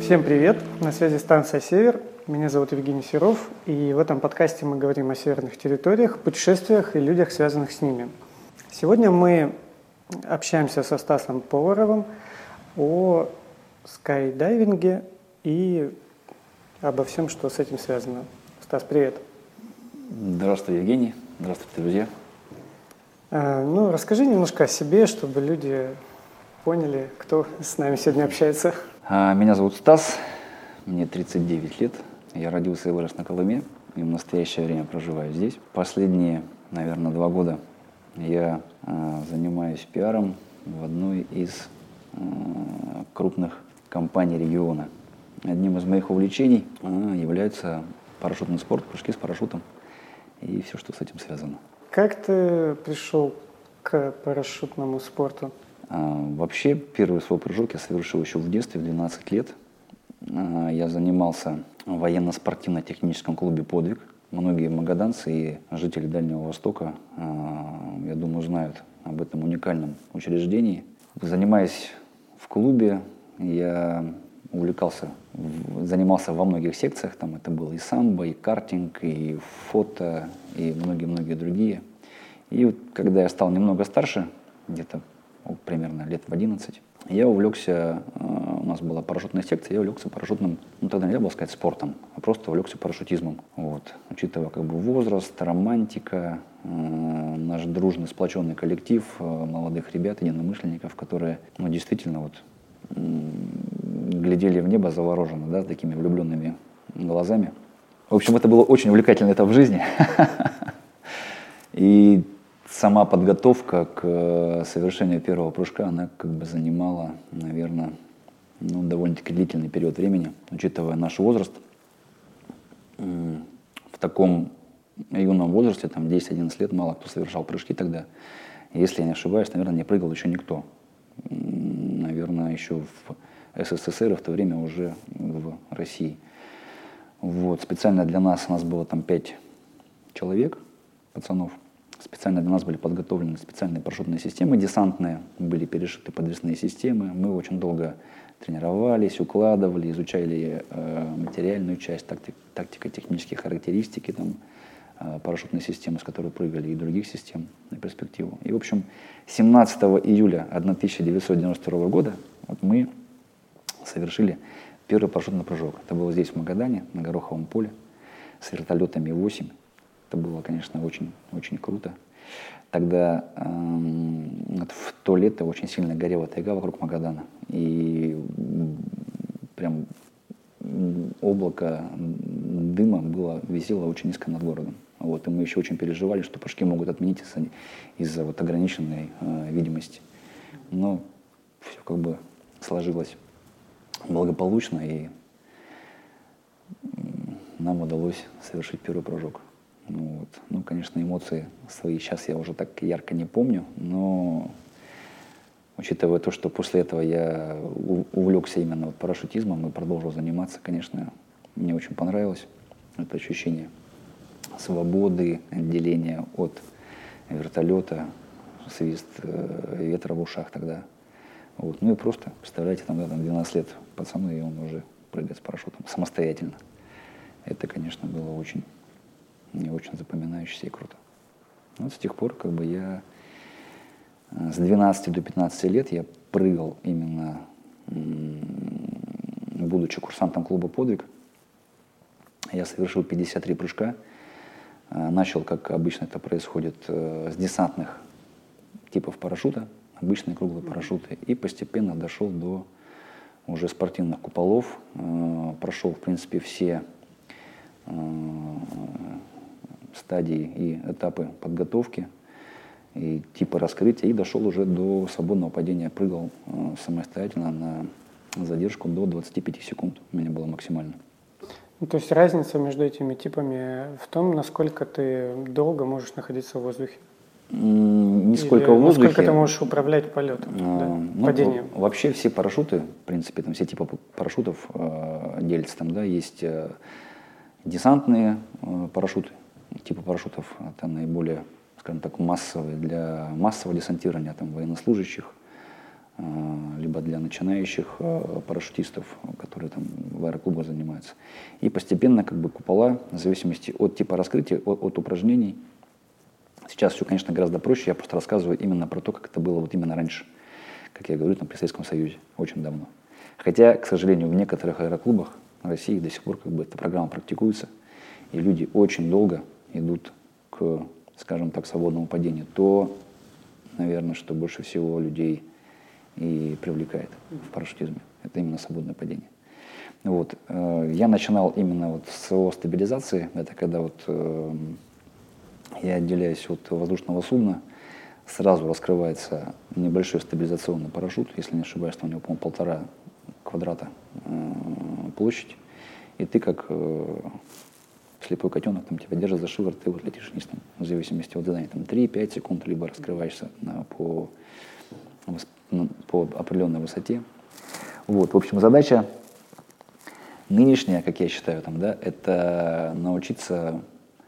Всем привет! На связи станция «Север». Меня зовут Евгений Серов, и в этом подкасте мы говорим о северных территориях, путешествиях и людях, связанных с ними. Сегодня мы общаемся со Стасом Поваровым о скайдайвинге и обо всем, что с этим связано. Стас, привет! Здравствуй, Евгений. Здравствуйте, друзья. Расскажи немножко о себе, чтобы люди поняли, кто с нами сегодня общается. Меня зовут Стас, мне 39 лет. Я родился и вырос на Колыме, и в настоящее время проживаю здесь. Последние, наверное, 2 года я занимаюсь пиаром в одной из крупных компаний региона. Одним из моих увлечений является парашютный спорт, прыжки с парашютом и все, что с этим связано. Как ты пришел к парашютному спорту? Вообще, первый свой прыжок я совершил еще в детстве, в 12 лет. Я занимался в военно-спортивно-техническом клубе «Подвиг». Многие магаданцы и жители Дальнего Востока, я думаю, знают об этом уникальном учреждении. Занимаясь в клубе, я занимался во многих секциях. Там это было и самбо, и картинг, и фото, и многие-многие другие. И вот, когда я стал немного старше, где-то примерно лет в 11, я увлекся, у нас была парашютная секция, я увлекся парашютным, тогда нельзя было сказать спортом, а просто увлекся парашютизмом. Учитывая возраст, романтика, наш дружный, сплоченный коллектив молодых ребят, единомышленников, которые действительно глядели в небо завороженно, с такими влюбленными глазами. В общем, это было очень увлекательный этап в жизни. И сама подготовка к совершению первого прыжка, она занимала, наверное, довольно-таки длительный период времени, учитывая наш возраст. В таком юном возрасте, 10-11 лет, мало кто совершал прыжки тогда. Если я не ошибаюсь, наверное, не прыгал еще никто. Наверное, еще в СССР, и в то время уже в России. Специально для нас, у нас было 5 человек, пацанов. Специально для нас были подготовлены специальные парашютные системы десантные, были перешиты подвесные системы. Мы очень долго тренировались, укладывали, изучали материальную часть, тактико-технические характеристики парашютной системы, с которой прыгали, и других систем на перспективу. И, в общем, 17 июля 1992 года мы совершили первый парашютный прыжок. Это было здесь, в Магадане, на Гороховом поле, с вертолетами 8. Это было, конечно, очень круто. Тогда в то лето очень сильно горела тайга вокруг Магадана. И прям облако дыма висело очень низко над городом. И мы еще очень переживали, что прыжки могут отменить из-за ограниченной видимости. Но все сложилось благополучно, и нам удалось совершить первый прыжок. Конечно, эмоции свои сейчас я уже так ярко не помню, но учитывая то, что после этого я увлекся именно парашютизмом и продолжил заниматься, конечно, мне очень понравилось это ощущение свободы, отделения от вертолета, свист ветра в ушах тогда. И просто, представляете, 12 лет пацану, и он уже прыгает с парашютом самостоятельно. Это, конечно, было очень запоминающееся и круто. С тех пор я с 12 до 15 лет я прыгал именно, будучи курсантом клуба «Подвиг». Я совершил 53 прыжка. Начал, как обычно это происходит, с десантных типов парашюта, обычные круглые парашюты, и постепенно дошел до уже спортивных куполов. Прошел, в принципе, все стадии и этапы подготовки и типа раскрытия, и дошел уже до свободного падения. Прыгал самостоятельно на задержку до 25 секунд. У меня было максимально. То есть разница между этими типами в том, насколько ты долго можешь находиться в воздухе? Не сколько в воздухе. Насколько ты можешь управлять полетом, падением? Вообще все парашюты, в принципе, все типы парашютов делятся. Есть десантные парашюты. Типы парашютов это наиболее, скажем так, массовые для массового десантирования военнослужащих, либо либо для начинающих парашютистов, которые там в аэроклубах занимаются. И постепенно как бы купола, в зависимости от типа раскрытия, от упражнений. Сейчас все, конечно, гораздо проще, я просто рассказываю именно про то, как это было вот именно раньше, как я говорю, там, при Советском Союзе, очень давно. Хотя, к сожалению, в некоторых аэроклубах России до сих пор как бы эта программа практикуется, и люди очень долго идут к, скажем так, свободному падению. То, наверное, что больше всего людей и привлекает в парашютизме. Это именно свободное падение. Вот. Я начинал именно вот с СО стабилизации. Это когда вот я отделяюсь от воздушного судна, сразу раскрывается небольшой стабилизационный парашют, если не ошибаюсь, там у него, по-моему, 1,5 квадрата площадь. И ты как слепой котенок, там тебя держат за шиворот, ты вот летишь вниз, там, в зависимости от задания, там 3-5 секунд, либо раскрываешься по определенной высоте. Вот, в общем, задача нынешняя, как я считаю, там, да, это научиться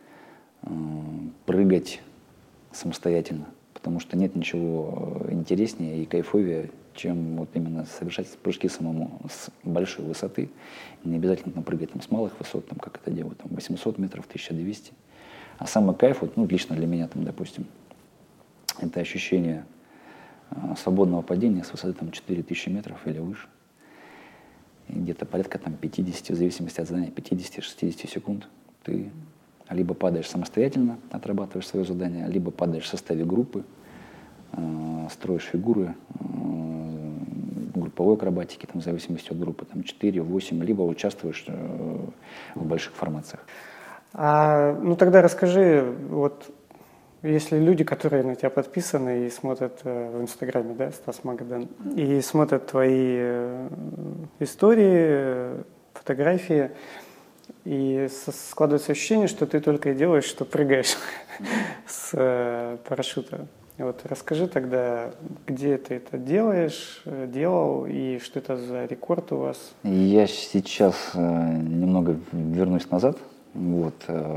прыгать самостоятельно, потому что нет ничего интереснее и кайфовее, чем вот именно совершать прыжки самому с большой высоты. Не обязательно там прыгать там, с малых высот, там, как это делают, там, 800 метров, 1200. А самый кайф, вот, ну, лично для меня, там, допустим, это ощущение свободного падения с высоты там, 4000 метров или выше. И где-то порядка там, 50, в зависимости от задания, 50-60 секунд ты либо падаешь самостоятельно, отрабатываешь свое задание, либо падаешь в составе группы, строишь фигуры, групповой акробатики, там, в зависимости от группы, там, 4-8, либо участвуешь в больших формациях. Ну тогда расскажи, вот если люди, которые на тебя подписаны и смотрят в Инстаграме, да, Стас Магадан, и смотрят твои истории, фотографии, и складывается ощущение, что ты только и делаешь, что прыгаешь с парашюта. Вот расскажи тогда, где ты это делал, и что это за рекорд у вас? Я сейчас немного вернусь назад. Вот.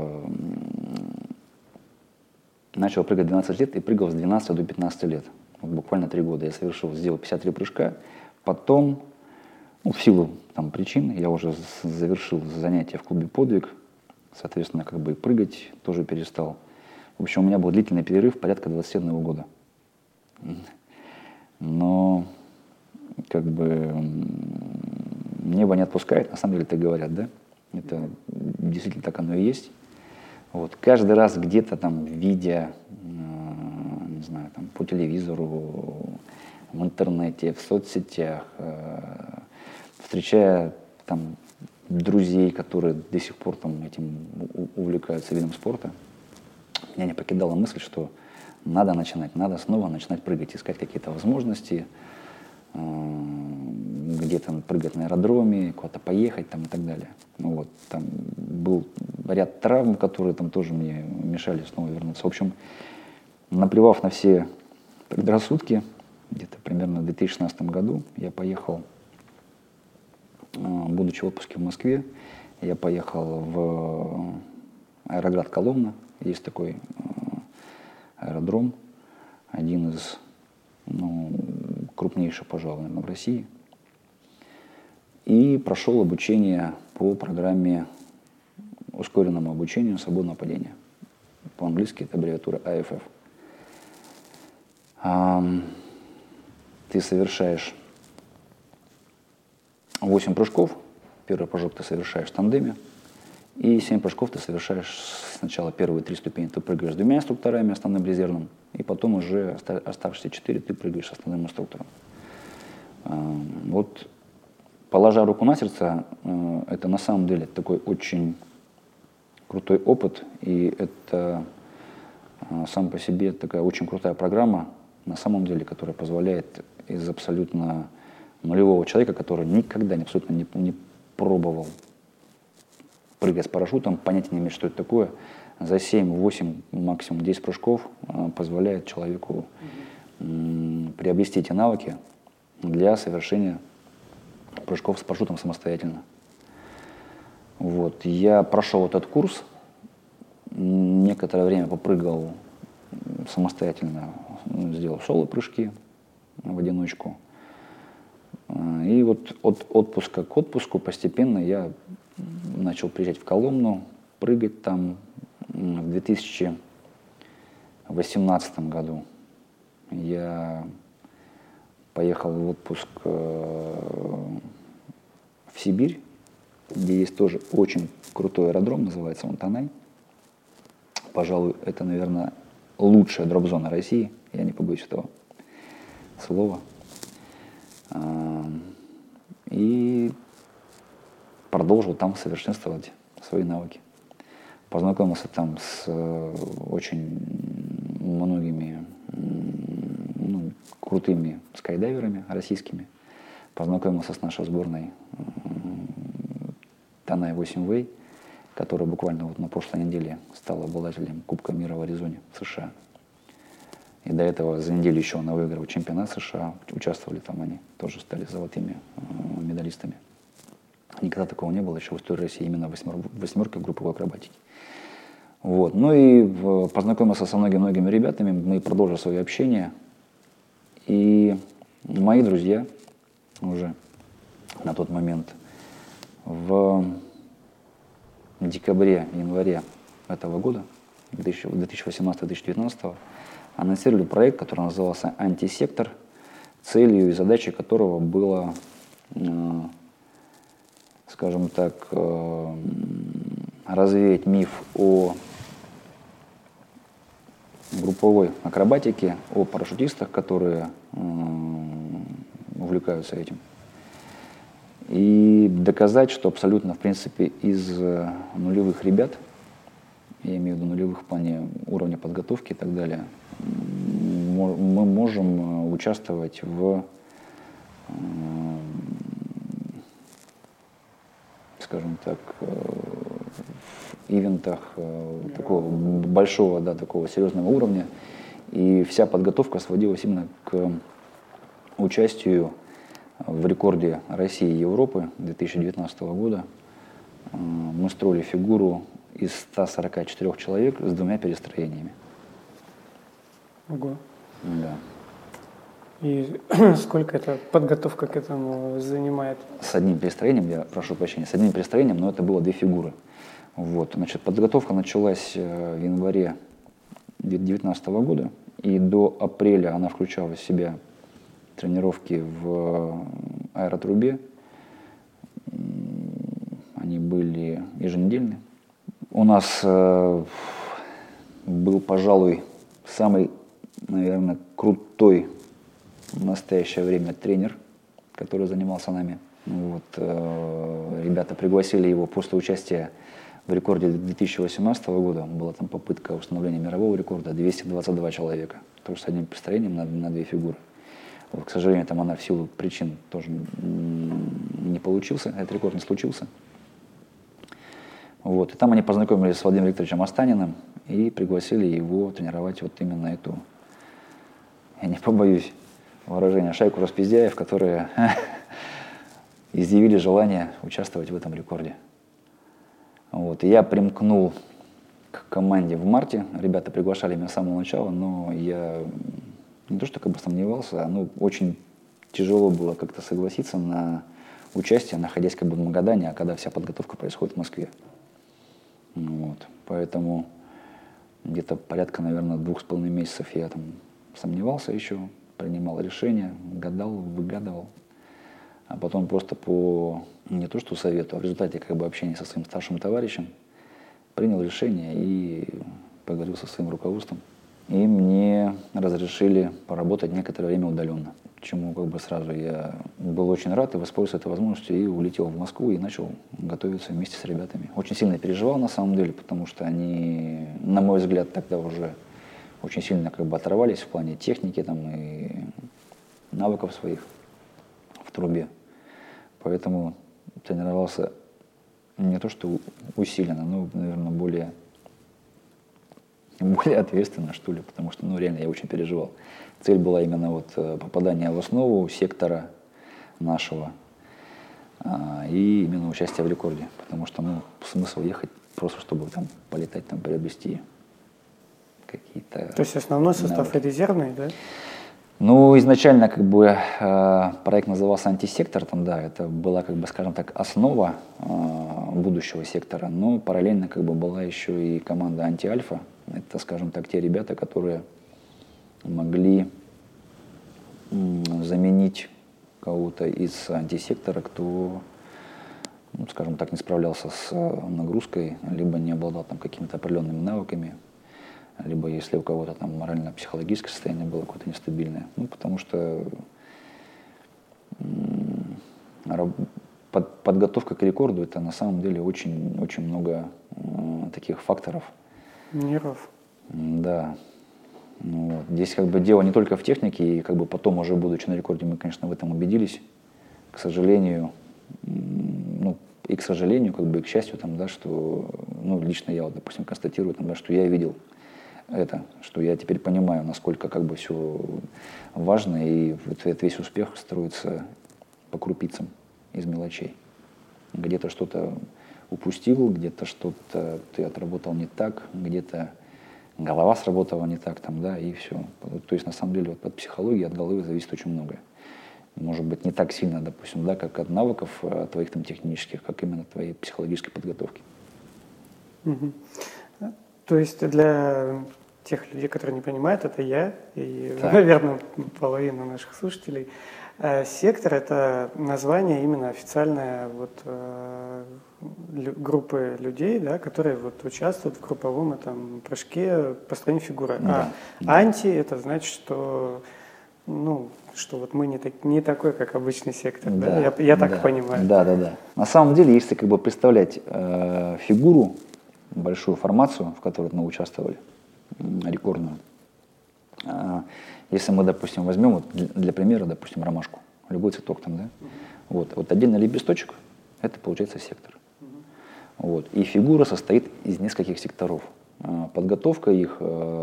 Начал прыгать 12 лет и прыгал с 12 до 15 лет. Вот буквально 3 года я сделал 53 прыжка. Потом, ну, в силу там, причин, я уже завершил занятия в клубе «Подвиг». Соответственно, как бы и прыгать тоже перестал. В общем, у меня был длительный перерыв, порядка 21 года. Но, как бы, небо не отпускает, на самом деле так говорят, да? Это действительно так оно и есть. Вот. Каждый раз где-то там, видя, не знаю, там, по телевизору, в интернете, в соцсетях, встречая там друзей, которые до сих пор там этим увлекаются видом спорта, меня не покидала мысль, что надо снова начинать прыгать, искать какие-то возможности, где-то прыгать на аэродроме, куда-то поехать там, и так далее. Ну, вот, там был ряд травм, которые там тоже мне мешали снова вернуться. В общем, наплевав на все предрассудки, где-то примерно в 2016 году я поехал, будучи в отпуске в Москве, я поехал в аэроград Коломна. Есть такой аэродром, один из крупнейших, пожалуй, наверное, в России. И прошел обучение по программе ускоренному обучению свободного падения. По-английски это аббревиатура AFF. Ты совершаешь 8 прыжков. Первый прыжок ты совершаешь в тандеме. И 7 прыжков ты совершаешь сначала первые 3 ступени. Ты прыгаешь с 2 инструкторами, основным резервным. И потом уже оставшиеся 4 ты прыгаешь с основным инструктором. Вот, положа руку на сердце, это на самом деле такой очень крутой опыт. И это сам по себе такая очень крутая программа, на самом деле, которая позволяет из абсолютно нулевого человека, который никогда абсолютно не пробовал прыгать с парашютом, понятия не имеет, что это такое, за 7, 8, максимум 10 прыжков позволяет человеку приобрести эти навыки для совершения прыжков с парашютом самостоятельно. Вот. Я прошел этот курс, некоторое время попрыгал самостоятельно, сделал соло-прыжки в одиночку. И вот от отпуска к отпуску постепенно я начал приезжать в Коломну, прыгать там. В 2018 году я поехал в отпуск в Сибирь, где есть тоже очень крутой аэродром, называется он Танай. Пожалуй, это, наверное, лучшая дроп-зона России, я не побоюсь этого слова. И продолжил там совершенствовать свои навыки. Познакомился там с очень многими крутыми скайдайверами российскими. Познакомился с нашей сборной Танай 8 которая буквально вот на прошлой неделе стала обладателем Кубка мира в Аризоне, в США. И до этого за неделю еще она выиграла чемпионат США, участвовали там они, тоже стали золотыми медалистами. Никогда такого не было еще в истории России, именно восьмерка групповой акробатики. Вот. Ну и познакомился со многими ребятами, мы продолжили свое общение. И мои друзья уже на тот момент в декабре-январе этого года, 2018-2019, анонсировали проект, который назывался «Антисектор», целью и задачей которого было, скажем так, развеять миф о групповой акробатике, о парашютистах, которые увлекаются этим. И доказать, что абсолютно, в принципе, из нулевых ребят, я имею в виду нулевых в плане уровня подготовки и так далее, мы можем участвовать в, скажем так, в ивентах такого большого, да, такого серьезного уровня. И вся подготовка сводилась именно к участию в рекорде России и Европы 2019 года. Мы строили фигуру из 144 человек с 2 перестроениями. Ого. Да. И сколько эта подготовка к этому занимает? С одним перестроением, я прошу прощения, с одним перестроением, но это было 2 фигуры. Вот. Значит, подготовка началась в январе 2019 года, и до апреля она включала в себя тренировки в аэротрубе. Они были еженедельные. У нас был, пожалуй, самый, наверное, крутой в настоящее время тренер, который занимался нами. Вот, ребята пригласили его после участия в рекорде 2018 года. Была там попытка установления мирового рекорда, 222 человека. Тоже с одним построением на 2 фигуры. Вот, к сожалению, там она в силу причин тоже не получился, этот рекорд не случился. Вот, и там они познакомились с Владимиром Викторовичем Останиным и пригласили его тренировать вот именно эту, я не побоюсь выражения, шайку распиздяев, которые изъявили желание участвовать в этом рекорде. Вот, и я примкнул к команде в марте, ребята приглашали меня с самого начала, но я не то что как бы сомневался, но очень тяжело было как-то согласиться на участие, находясь как бы в Магадане, а когда вся подготовка происходит в Москве. Вот. Поэтому где-то порядка, наверное, 2,5 месяцев я там сомневался еще, принимал решения, гадал, выгадывал. А потом просто по не то что совету, а в результате как бы общения со своим старшим товарищем принял решение и поговорил со своим руководством. И мне разрешили поработать некоторое время удаленно. Чему как бы сразу я был очень рад и воспользовался этой возможностью и улетел в Москву и начал готовиться вместе с ребятами. Очень сильно переживал на самом деле, потому что они, на мой взгляд, тогда уже очень сильно как бы оторвались в плане техники там, и навыков своих в трубе. Поэтому тренировался не то что усиленно, но, наверное, более ответственно, что ли, потому что, ну, реально я очень переживал. Цель была именно вот попадание в основу сектора нашего и именно участие в рекорде, потому что, ну, смысл ехать просто, чтобы там полетать, там приобрести какие-то. То есть основной состав и резервный, да? Ну, изначально как бы проект назывался «Антисектор», там, да, это была, как бы, скажем так, основа будущего сектора, но параллельно как бы была еще и команда «Антиальфа». Это, скажем так, те ребята, которые могли заменить кого-то из антисектора, кто, ну, скажем так, не справлялся с нагрузкой, либо не обладал там какими-то определенными навыками, либо если у кого-то там морально-психологическое состояние было какое-то нестабильное. Ну, потому что подготовка к рекорду — это на самом деле очень, очень много таких факторов. Нервов. Да. Ну, вот. Здесь как бы дело не только в технике, и как бы потом, уже будучи на рекорде, мы, конечно, в этом убедились. К сожалению, ну, и к сожалению, как бы и к счастью, там, да, что, ну, лично я, вот, допустим, констатирую, там, да, что я видел это, что я теперь понимаю, насколько как бы все важно, и весь успех строится по крупицам из мелочей. Где-то что-то упустил, где-то что-то ты отработал не так, где-то голова сработала не так, там, да, и все. То есть на самом деле вот от психологии, от головы зависит очень многое. Может быть, не так сильно, допустим, да, как от навыков твоих там технических, как именно твоей психологической подготовки. Угу. То есть для тех людей, которые не понимают, это я и, так, наверное, половина наших слушателей. Сектор — это название именно официальное вот, группы людей, да, которые вот участвуют в групповом этом прыжке построения фигуры. Да, Анти — это значит, что, ну, что вот мы не такой, как обычный сектор. Да? Я так понимаю. Да. На самом деле, если как бы представлять фигуру, большую формацию, в которой мы участвовали, рекордную, если мы, допустим, возьмем вот для примера, допустим, ромашку, любой цветок там, да, вот отдельный лепесточек, это получается сектор. Вот. И фигура состоит из нескольких секторов. Подготовка их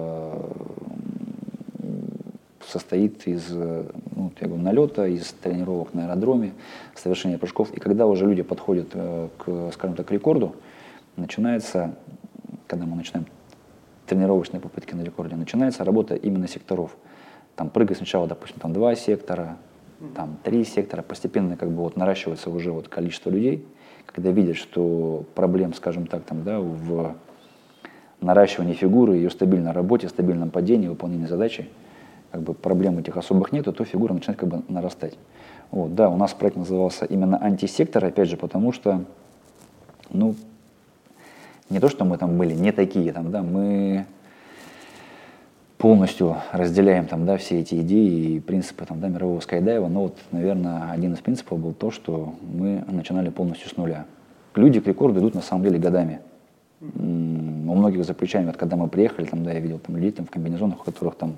состоит из, ну, я говорю, налета, из тренировок на аэродроме, совершения прыжков. И когда уже люди подходят к, скажем так, рекорду, начинается, когда мы начинаем тренировочные попытки на рекорде, начинается работа именно секторов. Там прыгать сначала, допустим, там 2 сектора, там 3 сектора, постепенно как бы вот наращивается уже вот количество людей, когда видят, что проблем, скажем так, там, да, в наращивании фигуры, ее стабильной работе, стабильном падении, выполнении задачи, как бы проблем этих особых нету, то фигура начинает как бы нарастать. Вот, да, у нас проект назывался именно «Антисектор», опять же, потому что, ну, не то, что мы там были не такие, там, да, мы полностью разделяем там, да, все эти идеи и принципы там, да, мирового скайдайва, но вот, наверное, один из принципов был то, что мы начинали полностью с нуля. Люди к рекорду идут на самом деле годами. У многих за плечами, вот когда мы приехали, там, да, я видел там, людей там, в комбинезонах, у которых там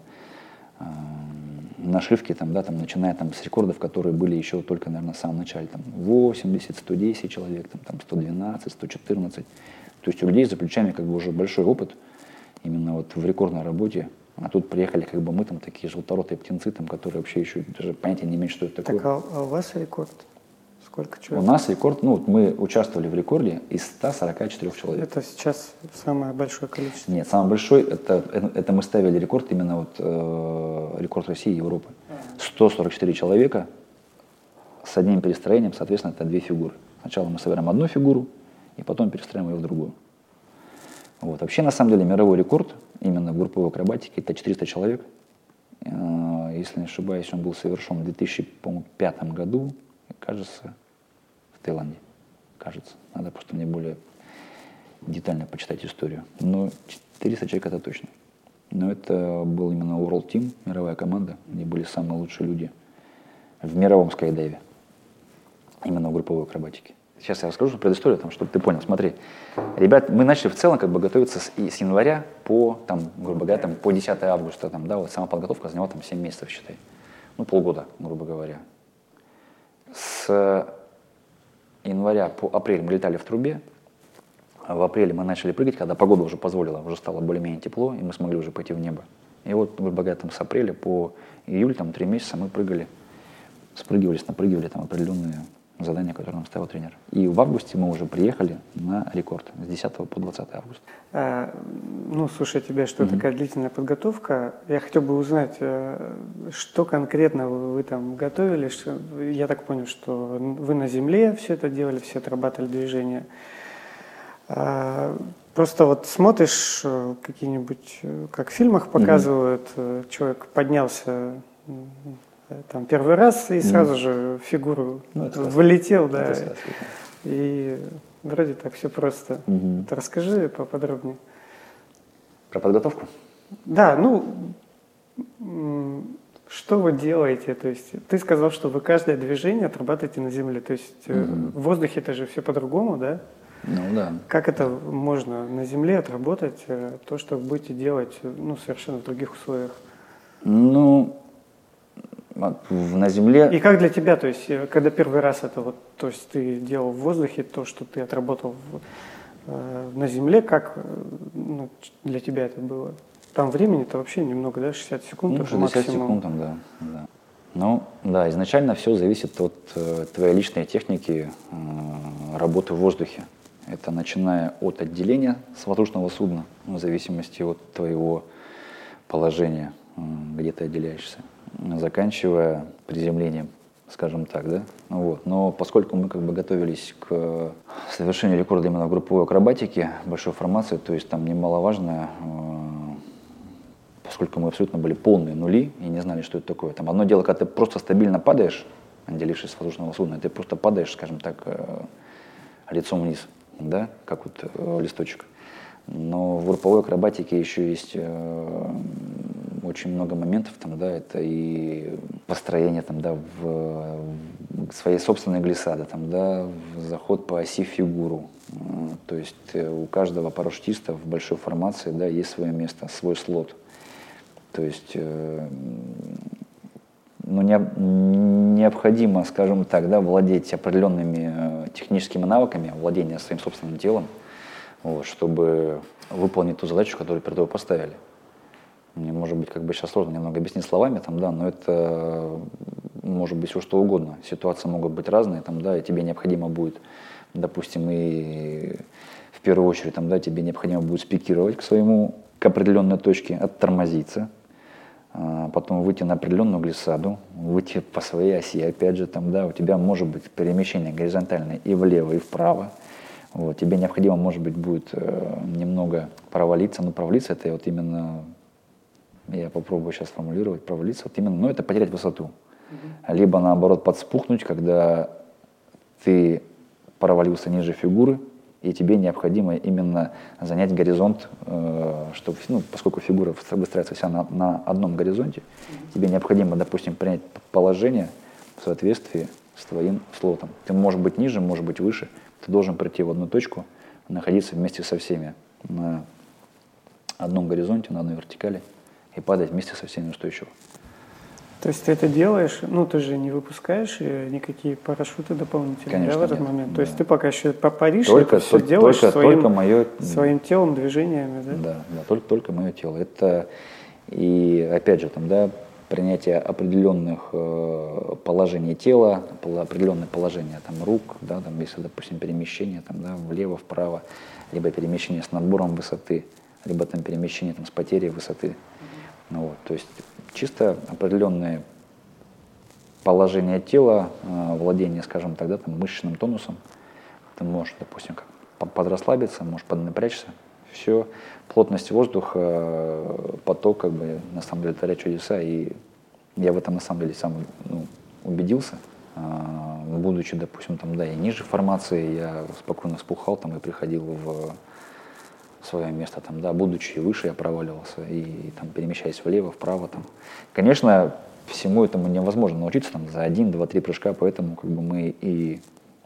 нашивки, там, да, там, начиная там, с рекордов, которые были еще только, наверное, в самом начале, там, 80, 110 человек, там, 112, 114. То есть у людей за плечами как бы уже большой опыт именно вот в рекордной работе. А тут приехали как бы мы, там, такие желторотые птенцы, там, которые вообще еще даже понятия не имеют, что это такое. Так, а у вас рекорд? Сколько человек? У нас рекорд, ну вот мы участвовали в рекорде из 144 человек. Это сейчас самое большое количество? Нет, самый большой, это мы ставили рекорд, именно вот рекорд России и Европы. 144 человека с одним перестроением, соответственно, это 2 фигуры. Сначала мы собираем одну фигуру, и потом перестраиваем ее в другую. Вот. Вообще, на самом деле, мировой рекорд именно в групповой акробатике — это 400 человек. Если не ошибаюсь, он был совершен в 2005 году, кажется, в Таиланде. Кажется. Надо просто мне более детально почитать историю. Но 400 человек — это точно. Но это был именно World Team, мировая команда, где были самые лучшие люди в мировом скайдайве. Именно в групповой акробатике. Сейчас я расскажу предысторию, там, чтобы ты понял. Смотри, ребят, мы начали в целом как бы готовиться с января по, там, грубо говоря, там, по 10 августа. Там, да, вот сама подготовка заняла там, 7 месяцев, считай. Ну, полгода, грубо говоря. С января по апрель мы летали в трубе. В апреле мы начали прыгать, когда погода уже позволила, уже стало более-менее тепло, и мы смогли уже пойти в небо. И вот, грубо говоря, там, с апреля по июль, там, 3 месяца мы прыгали, спрыгивали, напрыгивали там определенные задание, которое нам ставил тренер. И в августе мы уже приехали на рекорд с 10 по 20 августа. Ну, слушай, тебе что такая длительная подготовка. Я хотел бы узнать, что конкретно вы там готовили. Я так понял, что вы на земле все это делали, все отрабатывали движения. Просто вот смотришь какие-нибудь, как в фильмах показывают, человек поднялся там первый раз и сразу же в фигуру вылетел, да, и вроде так все просто. Вот расскажи поподробнее. Про подготовку? Да, ну, что вы делаете? То есть ты сказал, что вы каждое движение отрабатываете на земле, то есть в воздухе это же все по-другому, да? Ну да. Как это можно на земле отработать, то, что вы будете делать, ну, совершенно в других условиях? Ну, на земле... И как для тебя, то есть, когда первый раз это вот, то есть ты делал в воздухе то, что ты отработал на земле, как для тебя это было? Там времени-то вообще немного, да, 60 секунд? Ну, 60 секунд, да. Ну, да, изначально все зависит от твоей личной техники работы в воздухе. Это начиная от отделения с воздушного судна, в зависимости от твоего положения, где ты отделяешься, заканчивая приземлением, скажем так, да. Вот. Но поскольку мы как бы готовились к совершению рекорда именно в групповой акробатике, большой формации, то есть там немаловажно, поскольку мы абсолютно были полные нули и не знали, что это такое. Там одно дело, когда ты просто стабильно падаешь, отделившись с воздушного судна, ты просто падаешь, скажем так, лицом вниз, да, как вот листочек. Но в групповой акробатике еще есть очень много моментов, там, да, это и построение там, да, в своей собственной глиссады, там, да, заход по оси в фигуру. То есть у каждого парашютиста в большой формации, да, есть свое место, свой слот. То есть ну, необходимо, скажем так, да, владеть определенными техническими навыками, владения своим собственным телом, вот, чтобы выполнить ту задачу, которую перед тобой поставили. Мне, может быть, как бы сейчас сложно немного объяснить словами, там, да, но это может быть все что угодно. Ситуации могут быть разные, там, да, и тебе необходимо будет, допустим, и в первую очередь там, да, тебе необходимо будет спикировать к определенной точке, оттормозиться, потом выйти на определенную глиссаду, выйти по своей оси, опять же, там, да, у тебя может быть перемещение горизонтальное и влево, и вправо. Вот, тебе необходимо, может быть, будет немного провалиться, но провалиться это вот именно, я попробую сейчас формулировать, провалиться, вот именно, ну, это потерять высоту. Либо, наоборот, подспухнуть, когда ты провалился ниже фигуры, и тебе необходимо именно занять горизонт, чтобы, ну, поскольку фигура выстраивается вся на одном горизонте, тебе необходимо, допустим, принять положение в соответствии с твоим слотом. Ты можешь быть ниже, можешь быть выше, ты должен прийти в одну точку, находиться вместе со всеми на одном горизонте, на одной вертикали и падать вместе со всеми устойчиво. То есть ты это делаешь, ну ты же не выпускаешь никакие парашюты дополнительные, конечно, да, в этот нет, момент? да. То есть ты пока еще паришь, только, это все делаешь своим телом, движениями, да? Да, только мое тело. Это и опять же там, да, принятие определенных положений тела, определенное положение там рук, да, там если, допустим, перемещение там, да, влево, вправо, либо перемещение с набором высоты, либо там перемещение там с потерей высоты. Ну, вот, то есть чисто определенное положение тела, владение, скажем так, да, там, мышечным тонусом. Ты можешь, допустим, как подрасслабиться, можешь поднапрячься. Все, плотность воздуха, поток, как бы, на самом деле, творят чудеса. И я в этом, на самом деле, сам убедился. Будучи, допустим, там, да, и ниже формации, я спокойно вспухал там, и приходил в свое место, там, да, будучи выше, я проваливался, и там, перемещаясь влево, вправо. Там. Конечно, всему этому невозможно научиться там, за 1, 2, 3 прыжка, поэтому как бы, мы и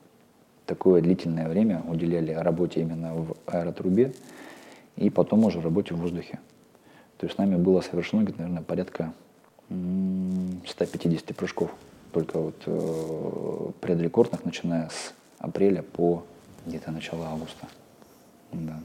такое длительное время уделяли работе именно в аэротрубе, и потом уже работе в воздухе. То есть с нами было совершено, наверное, порядка 150 прыжков, только вот предрекордных, начиная с апреля по где-то начало августа. Да.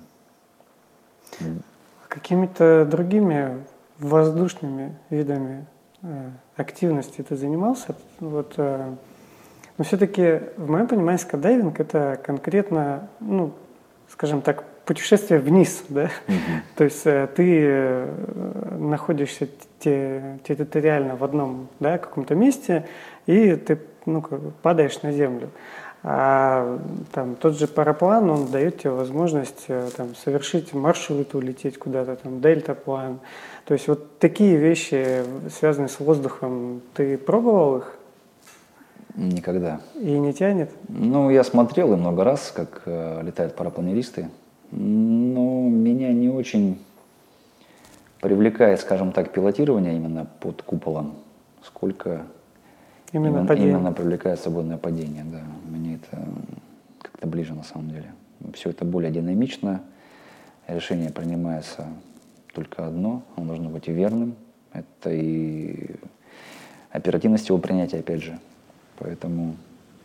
Какими-то другими воздушными видами активности ты занимался? Вот, Но все-таки, в моем понимании, скайдайвинг – это конкретно, скажем так, путешествие вниз, да? То есть ты находишься территориально в одном, да, каком-то месте, и ты падаешь на землю. А там, тот же параплан, он дает тебе возможность там, совершить маршрут, улететь куда-то, там, дельтаплан. То есть вот такие вещи, связанные с воздухом, ты пробовал их? Никогда. И не тянет? Я смотрел и много раз, как летают парапланеристы, но меня не очень привлекает, скажем так, пилотирование именно под куполом, сколько именно привлекает свободное падение. Да. Мне это как-то ближе на самом деле. Все это более динамично, решение принимается только одно, оно должно быть и верным, это и оперативность его принятия, опять же. Поэтому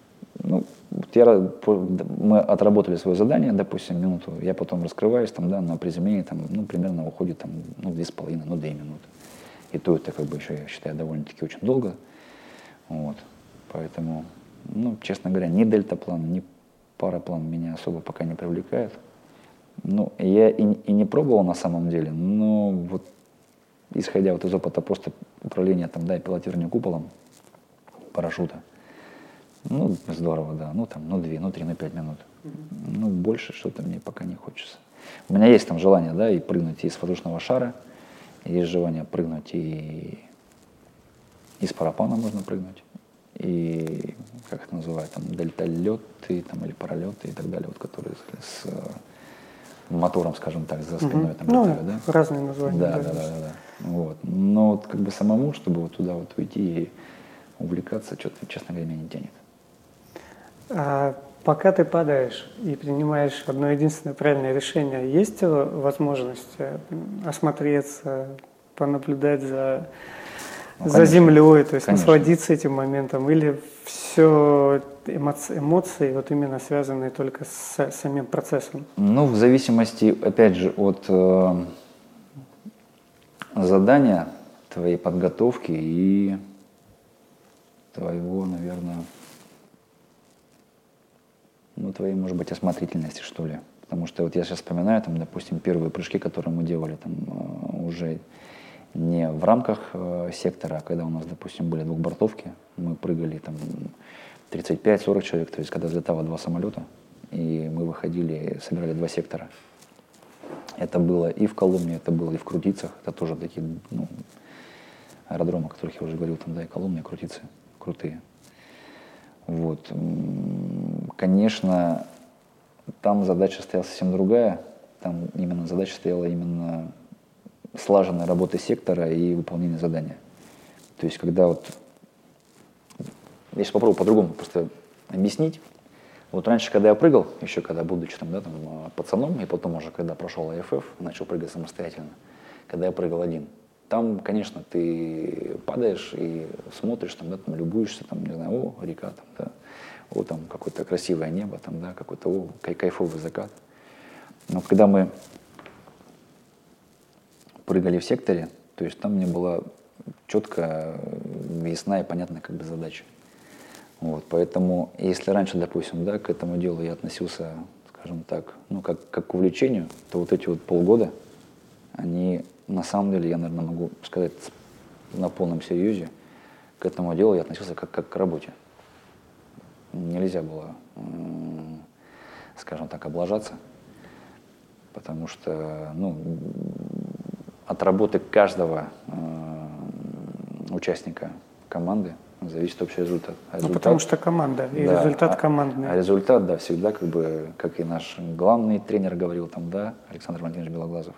мы отработали свое задание, допустим, минуту, я потом раскрываюсь, там, да, на приземлении там, примерно уходит там, 2,5, 2 минуты. И то это как бы еще, я считаю, довольно-таки очень долго. Вот. Поэтому, честно говоря, ни дельтаплан, ни параплан меня особо пока не привлекает. Я и не пробовал на самом деле, но вот исходя вот из опыта просто управления там, да, и пилотирования куполом парашюта, здорово, да, 2, 3, 5 минут. Больше что-то мне пока не хочется. У меня есть там желание, да, и прыгнуть из воздушного шара, есть желание прыгнуть и из параплана можно прыгнуть, и, как это называют, там, дельталеты, там, или паралеты и так далее, вот, которые с мотором, скажем так, за спиной там летают, да? Разные названия. Да. Вот. Но вот как бы самому, чтобы вот туда вот уйти и увлекаться, что-то, честно говоря, меня не тянет. А пока ты падаешь и принимаешь одно единственное правильное решение, есть возможность осмотреться, понаблюдать за землей, то есть насладиться этим моментом, или все эмоции вот именно связанные только с самим процессом? В зависимости, опять же, от задания, твоей подготовки и твоего, наверное, твоей, может быть, осмотрительности, что ли. Потому что вот я сейчас вспоминаю, там, допустим, первые прыжки, которые мы делали там уже не в рамках сектора, а когда у нас, допустим, были двухбортовки, мы прыгали там 35-40 человек, то есть когда взлетало 2 самолета, и мы выходили, собирали 2 сектора. Это было и в Коломне, это было и в Крутицах, это тоже такие аэродромы, о которых я уже говорил, там, да, и Коломна, и Крутицы, крутые. Вот. Конечно, там задача стояла совсем другая, там именно задача стояла именно слаженной работы сектора и выполнения задания. То есть, когда вот, я сейчас попробую по-другому просто объяснить. Вот раньше, когда я прыгал, еще когда будучи там, да, там, пацаном, и потом уже, когда прошел АФФ, начал прыгать самостоятельно, когда я прыгал один, там, конечно, ты падаешь и смотришь, там, да, там, любуешься, там, не знаю, река, там, да, там какое-то красивое небо, там, да, какой-то кайфовый закат. Но когда мы прыгали в секторе, то есть там мне была четко, ясна и понятная как бы задача. Вот, поэтому, если раньше, допустим, да, к этому делу я относился, скажем так, как к увлечению, то вот эти вот полгода, они, на самом деле, я, наверное, могу сказать на полном серьезе, к этому делу я относился как к работе. Нельзя было, скажем так, облажаться, потому что, от работы каждого участника команды зависит общий результат. Потому что команда, и да, результат командный. А результат, да, всегда, как бы, как и наш главный тренер говорил там, да, Александр Валентинович Белоглазов,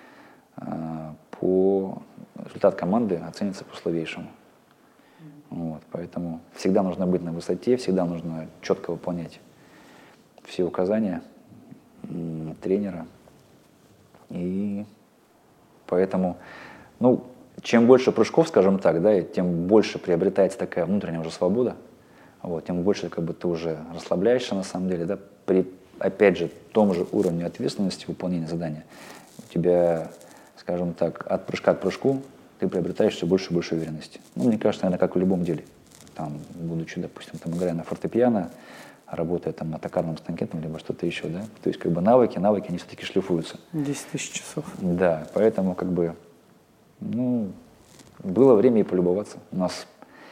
результат команды оценится по словейшему. Вот, поэтому всегда нужно быть на высоте, всегда нужно четко выполнять все указания тренера. И поэтому, чем больше прыжков, скажем так, да, тем больше приобретается такая внутренняя уже свобода, вот, тем больше как бы ты уже расслабляешься на самом деле, да, при, опять же, том же уровне ответственности выполнения задания. У тебя, скажем так, от прыжка к прыжку ты приобретаешь все больше и больше уверенности. Мне кажется, наверное, как в любом деле. там, будучи, допустим, там, играя на фортепиано, работая там на токарном станке, там, либо что-то еще, да. То есть, как бы навыки, они все-таки шлифуются. 10 тысяч часов. Да, поэтому, как бы, ну, было время и полюбоваться. У нас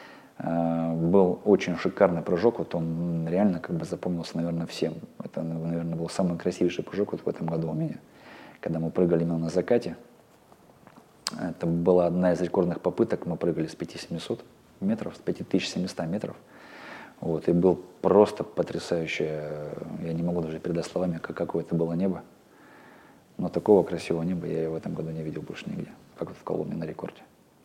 был очень шикарный прыжок, вот он реально как бы запомнился, наверное, всем. Это, наверное, был самый красивейший прыжок вот в этом году у меня, когда мы прыгали именно на закате. Это была одна из рекордных попыток, мы прыгали с 5700 метров, с 5700 метров. Вот, и был просто потрясающе, я не могу даже передать словами, какое это было небо. Но такого красивого неба я в этом году не видел больше нигде, как вот в Коломне на рекорде.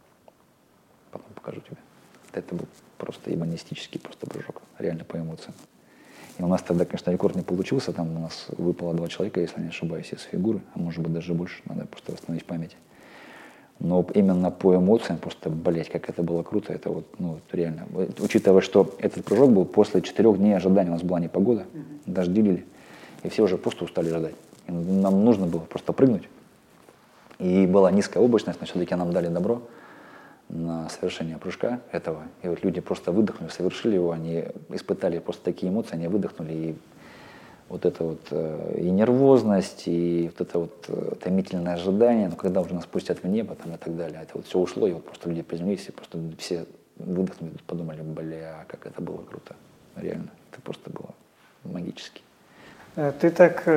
Потом покажу тебе. Это был просто ебанистический просто прыжок, реально по эмоциям. И у нас тогда, конечно, рекорд не получился, там у нас выпало 2 человека, если не ошибаюсь, из фигуры, а может быть даже больше, надо просто восстановить память. Но именно по эмоциям, просто, блять, как это было круто, это вот, ну, реально. Учитывая, что этот прыжок был после 4 дней ожидания, у нас была непогода, дожди лили, и все уже просто устали ждать. И нам нужно было просто прыгнуть. И была низкая облачность, но все-таки нам дали добро на совершение прыжка этого. И вот люди просто выдохнули, совершили его, они испытали просто такие эмоции, они выдохнули, и вот это вот и нервозность, и вот это вот томительное ожидание, но когда уже нас пустят в небо там и так далее, это вот все ушло, и вот просто люди приземлились, и просто все выдохнули, подумали, бля, как это было круто. Реально, это просто было магически. Ты так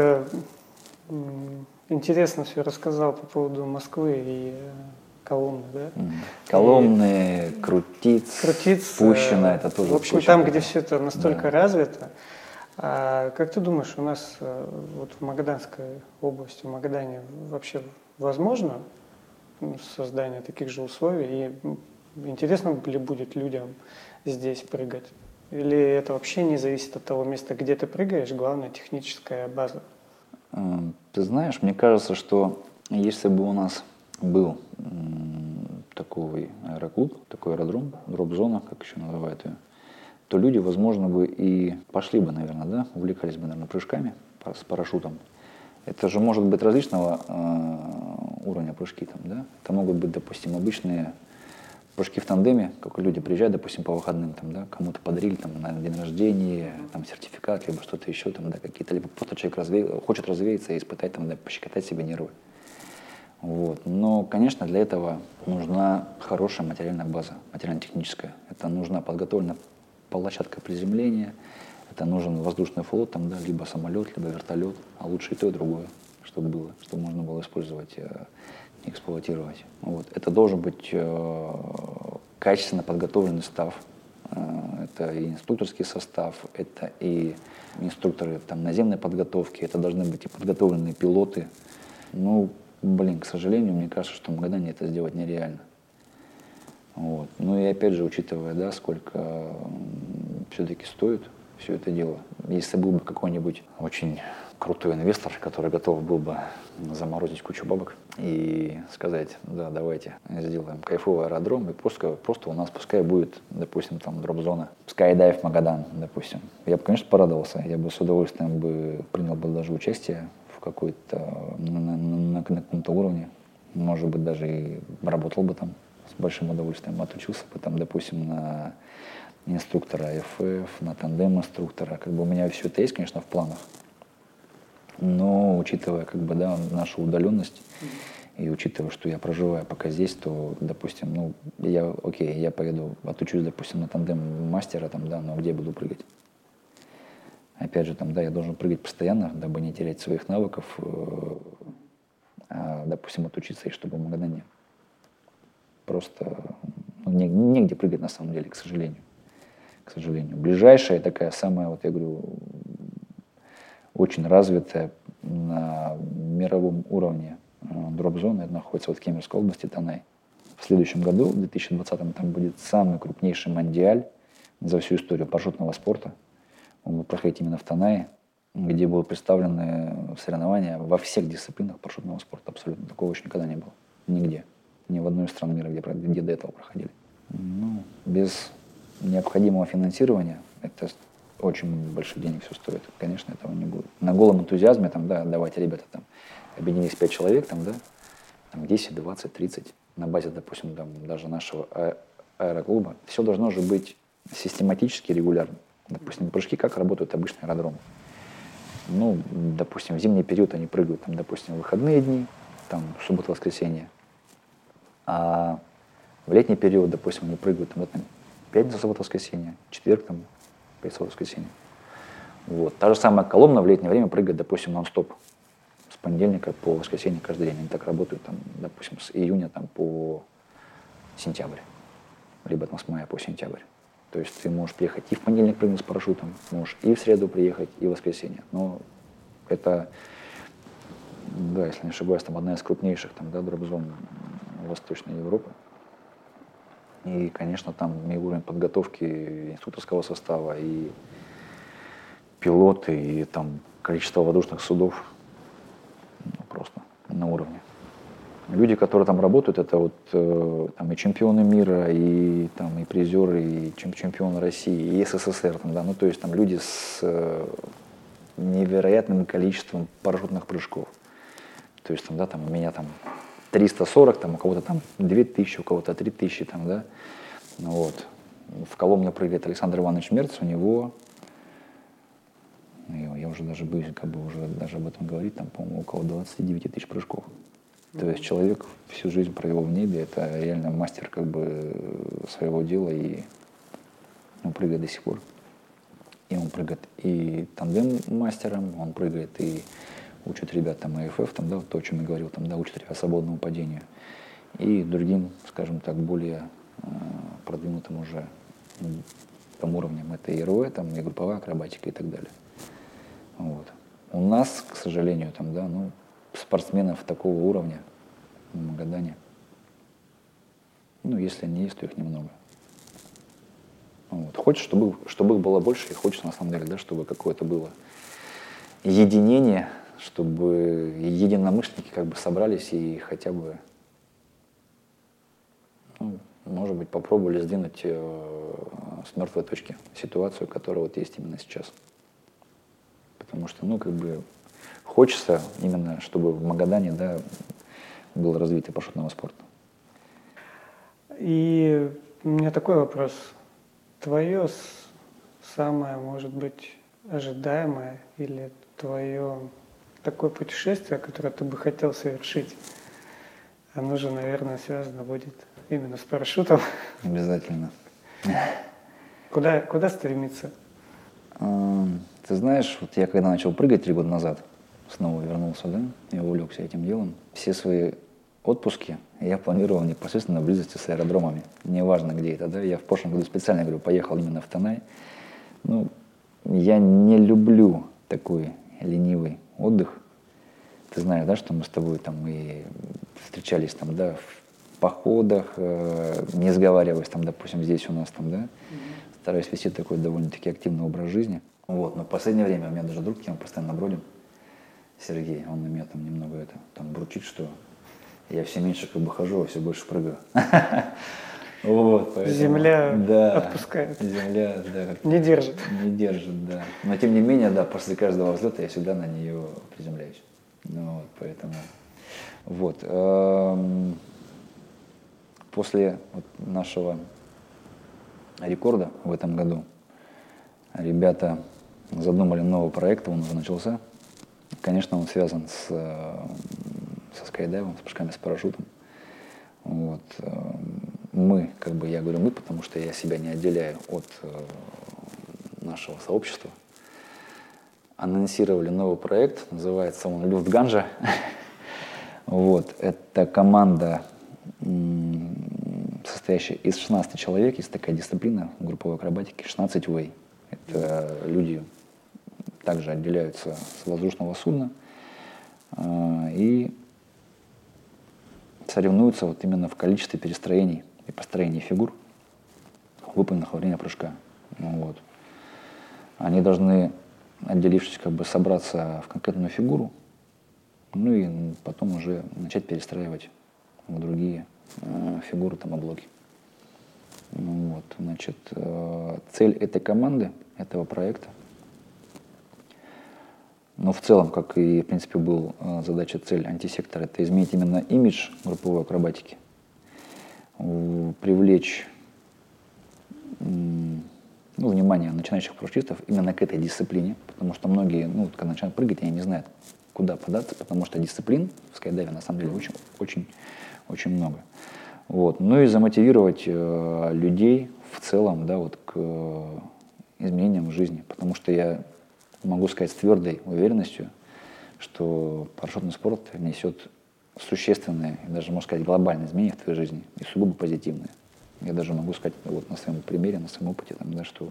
интересно все рассказал по поводу Москвы и Коломны, да? Коломны, Крутиц, Пущино, это тоже в общем, очень там, круто. где все это настолько развито. А как ты думаешь, у нас вот в Магаданской области, в Магадане вообще возможно создание таких же условий? И интересно ли будет людям здесь прыгать? Или это вообще не зависит от того места, где ты прыгаешь, главное техническая база? Ты знаешь, мне кажется, что если бы у нас был такой аэроклуб, такой аэродром, дроп-зона, как еще называют ее, то люди, возможно, бы и пошли бы, наверное, да, увлекались бы, наверное, прыжками с парашютом. Это же может быть различного уровня прыжки там, да. Это могут быть, допустим, обычные прыжки в тандеме, как люди приезжают, допустим, по выходным, там, да, кому-то подарили там на день рождения, там, сертификат, либо что-то еще, там, да, какие-то, либо просто человек хочет развеяться и испытать, там, да, пощекотать себе нервы. Вот. Но, конечно, для этого нужна хорошая материальная база, материально-техническая. Это нужна подготовленная площадка приземления, это нужен воздушный флот, там, да, либо самолет, либо вертолет, а лучше и то, и другое, чтобы было, чтобы можно было использовать, эксплуатировать. Вот. Это должен быть качественно подготовленный став. Это и инструкторский состав, это и инструкторы там, наземной подготовки, это должны быть и подготовленные пилоты. Ну, блин, к сожалению, мне кажется, что в Магадане это сделать нереально. Вот. Ну и опять же, учитывая, да, сколько все-таки стоит все это дело. Если был бы какой-нибудь очень крутой инвестор, который готов был бы заморозить кучу бабок и сказать, да, давайте сделаем кайфовый аэродром, и просто у нас пускай будет, допустим, там дроп-зона, Skydive Магадан, допустим. Я бы, конечно, порадовался, я бы с удовольствием бы принял бы даже участие в какой-то, на каком-то уровне, может быть, даже и работал бы там с большим удовольствием, отучился бы там, допустим, на инструктора АФФ, на тандем-инструктора. Как бы у меня все это есть, конечно, в планах. Но учитывая, как бы, да, нашу удаленность и учитывая, что я проживаю пока здесь, то, допустим, ну, я поеду, отучусь, допустим, на тандем-мастера, там, да, но где я буду прыгать? Опять же, там, да, я должен прыгать постоянно, дабы не терять своих навыков, допустим, отучиться, и чтобы в Магадане просто негде прыгать на самом деле, к сожалению. К сожалению. Ближайшая такая самая, вот я говорю, очень развитая на мировом уровне дроп-зона, это находится вот в Кемеровской области, Танай. В следующем году, в 2020-м, там будет самый крупнейший мандиаль за всю историю парашютного спорта. Он будет проходить именно в Танае, где будут представлены соревнования во всех дисциплинах парашютного спорта. Абсолютно. Такого еще никогда не было. Нигде. Ни в одной из стран мира, где до этого проходили. Ну, без необходимого финансирования это очень больших денег все стоит. Конечно, этого не будет. На голом энтузиазме, там, да, давайте, ребята, там, объединились 5 человек, там, да, там 10, 20, 30, на базе, допустим, там, даже нашего аэроклуба. Все должно же быть систематически, регулярно. Допустим, прыжки как работают обычные аэродромы. Ну, допустим, в зимний период они прыгают, там, допустим, в выходные дни, там, суббота-воскресенье. А в летний период, допустим, они прыгают там, вот, пятница, суббота-воскресенье, четверг, там, пятница, воскресенье. Вот. Та же самая Коломна в летнее время прыгает, допустим, нон-стоп. С понедельника по воскресенье каждый день. Они так работают, там, допустим, с июня там, по сентябрь. Либо там, с мая по сентябрь. То есть ты можешь приехать и в понедельник прыгнуть с парашютом, можешь и в среду приехать, и в воскресенье. Но это, да, если не ошибаюсь, там одна из крупнейших там, да, дроп-зон Восточной Европы. И, конечно, там и уровень подготовки инструкторского состава, и пилоты, и там количество воздушных судов просто на уровне. Люди, которые там работают, это вот там и чемпионы мира, и там и призеры, и чемпионы России, и СССР, там, да, ну то есть там люди с невероятным количеством парашютных прыжков. То есть там, да, там у меня там 340, там у кого-то там 2000, у кого-то 3000, там, да, ну, вот. В Коломне прыгает Александр Иванович Мерц, у него, я уже даже боюсь, как бы уже даже об этом говорить, там, по-моему, около 29 тысяч прыжков. То есть человек всю жизнь провел в небе, это реально мастер как бы своего дела и он прыгает до сих пор. И он прыгает и тандем-мастером, он прыгает и учит ребят там АФФ, там, да, вот то, о чем я говорил, там, да, учит ребят свободному падению. И другим, скажем так, более продвинутым уже там уровням. Это и РОЭ, там, и групповая акробатика и так далее. Вот. У нас, к сожалению, там, да, ну, спортсменов такого уровня в Магадане, ну, если они есть, то их немного. Вот. Хочется, чтобы их было больше, и хочется, на самом деле, да, чтобы какое-то было единение, чтобы единомышленники как бы собрались и хотя бы, ну, может быть, попробовали сдвинуть с мертвой точки ситуацию, которая вот есть именно сейчас. Потому что, ну, как бы, хочется именно, чтобы в Магадане, да, было развитие парашютного спорта. И у меня такой вопрос. Твое самое, может быть, ожидаемое или твое такое путешествие, которое ты бы хотел совершить, оно же, наверное, связано будет именно с парашютом. Обязательно. Куда стремиться? Ты знаешь, вот я когда начал прыгать 3 года назад, снова вернулся, да, и увлекся этим делом. Все свои отпуски я планировал непосредственно в близости с аэродромами. Неважно, где это, да. Я в прошлом году специально, говорю, поехал именно в Танай. Ну, я не люблю такой ленивый отдых. Ты знаешь, да, что мы с тобой там и встречались там, да, в походах, не сговариваясь там, допустим, здесь у нас там, да. Стараюсь вести такой довольно-таки активный образ жизни. Вот, но в последнее время у меня даже друг, мы постоянно бродим, Сергей, он на меня там немного это, там бурчит, что я все меньше как бы хожу, а все больше прыгаю. Вот, поэтому, Земля да, отпускает. Земля, да, Не держит. Не держит, да. Но тем не менее, да, после каждого взлета я всегда на нее приземляюсь. Ну, вот, поэтому, вот. После вот нашего рекорда в этом году ребята задумали новый проект, он уже начался. Конечно, он связан со скайдайвом, с прыжками с парашютом. Вот. Мы, как бы я говорю мы, потому что я себя не отделяю от нашего сообщества, анонсировали новый проект, называется он Люфтганжа. Вот. Это команда, состоящая из 16 человек, есть такая дисциплина групповой акробатики, 16 way. Это люди также отделяются с воздушного судна и соревнуются вот именно в количестве перестроений и построений фигур, выполненных во время прыжка. Ну, вот. Они должны, отделившись, как бы собраться в конкретную фигуру, ну и потом уже начать перестраивать в другие фигуры, там, облоки. Ну, вот, значит, цель этой команды, этого проекта, но в целом, как и, в принципе, был задача, цель антисектора, это изменить именно имидж групповой акробатики, привлечь внимание начинающих парашютистов именно к этой дисциплине, потому что многие, когда начинают прыгать, они не знают, куда податься, потому что дисциплин в скайдайве на самом деле очень много. Вот. Ну и замотивировать людей в целом, к изменениям в жизни, потому что я могу сказать с твердой уверенностью, что парашютный спорт несет существенные, даже, можно сказать, глобальные изменения в твоей жизни, и сугубо позитивные. Я даже могу сказать на своем примере, на своем опыте, что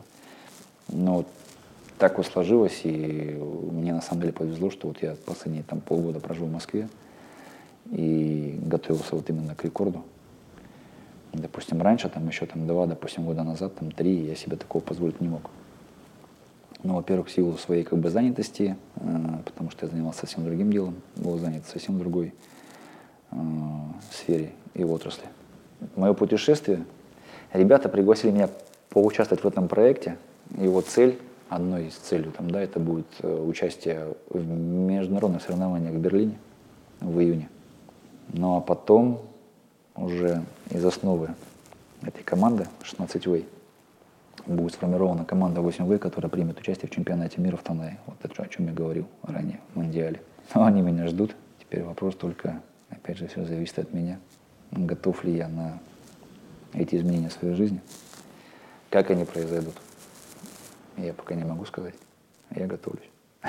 так вот сложилось, и мне на самом деле повезло, что я последние полгода прожил в Москве и готовился именно к рекорду. Допустим, раньше, еще 2, года назад, 3, я себе такого позволить не мог. Во-первых, в силу своей занятости, потому что я занимался совсем другим делом, был занят в совсем другой сфере и отрасли. Мое путешествие, ребята пригласили меня поучаствовать в этом проекте. Его цель, одной из целей, это будет участие в международных соревнованиях в Берлине в июне. Ну а потом уже из основы этой команды 16 Way будет сформирована команда 8 Way, которая примет участие в чемпионате мира в Танае. Вот это, о чем я говорил ранее, в Мондиале. Но они меня ждут. Теперь вопрос только, опять же, все зависит от меня. Готов ли я на эти изменения в своей жизни? Как они произойдут? Я пока не могу сказать. Я готовлюсь.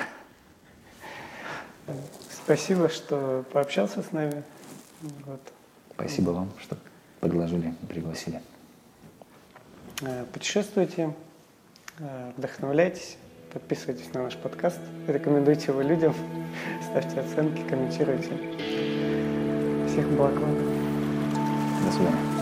Спасибо, что пообщался с нами. Спасибо вам, что пригласили. Путешествуйте, вдохновляйтесь, подписывайтесь на наш подкаст, рекомендуйте его людям, ставьте оценки, комментируйте. Всех благ вам. До свидания.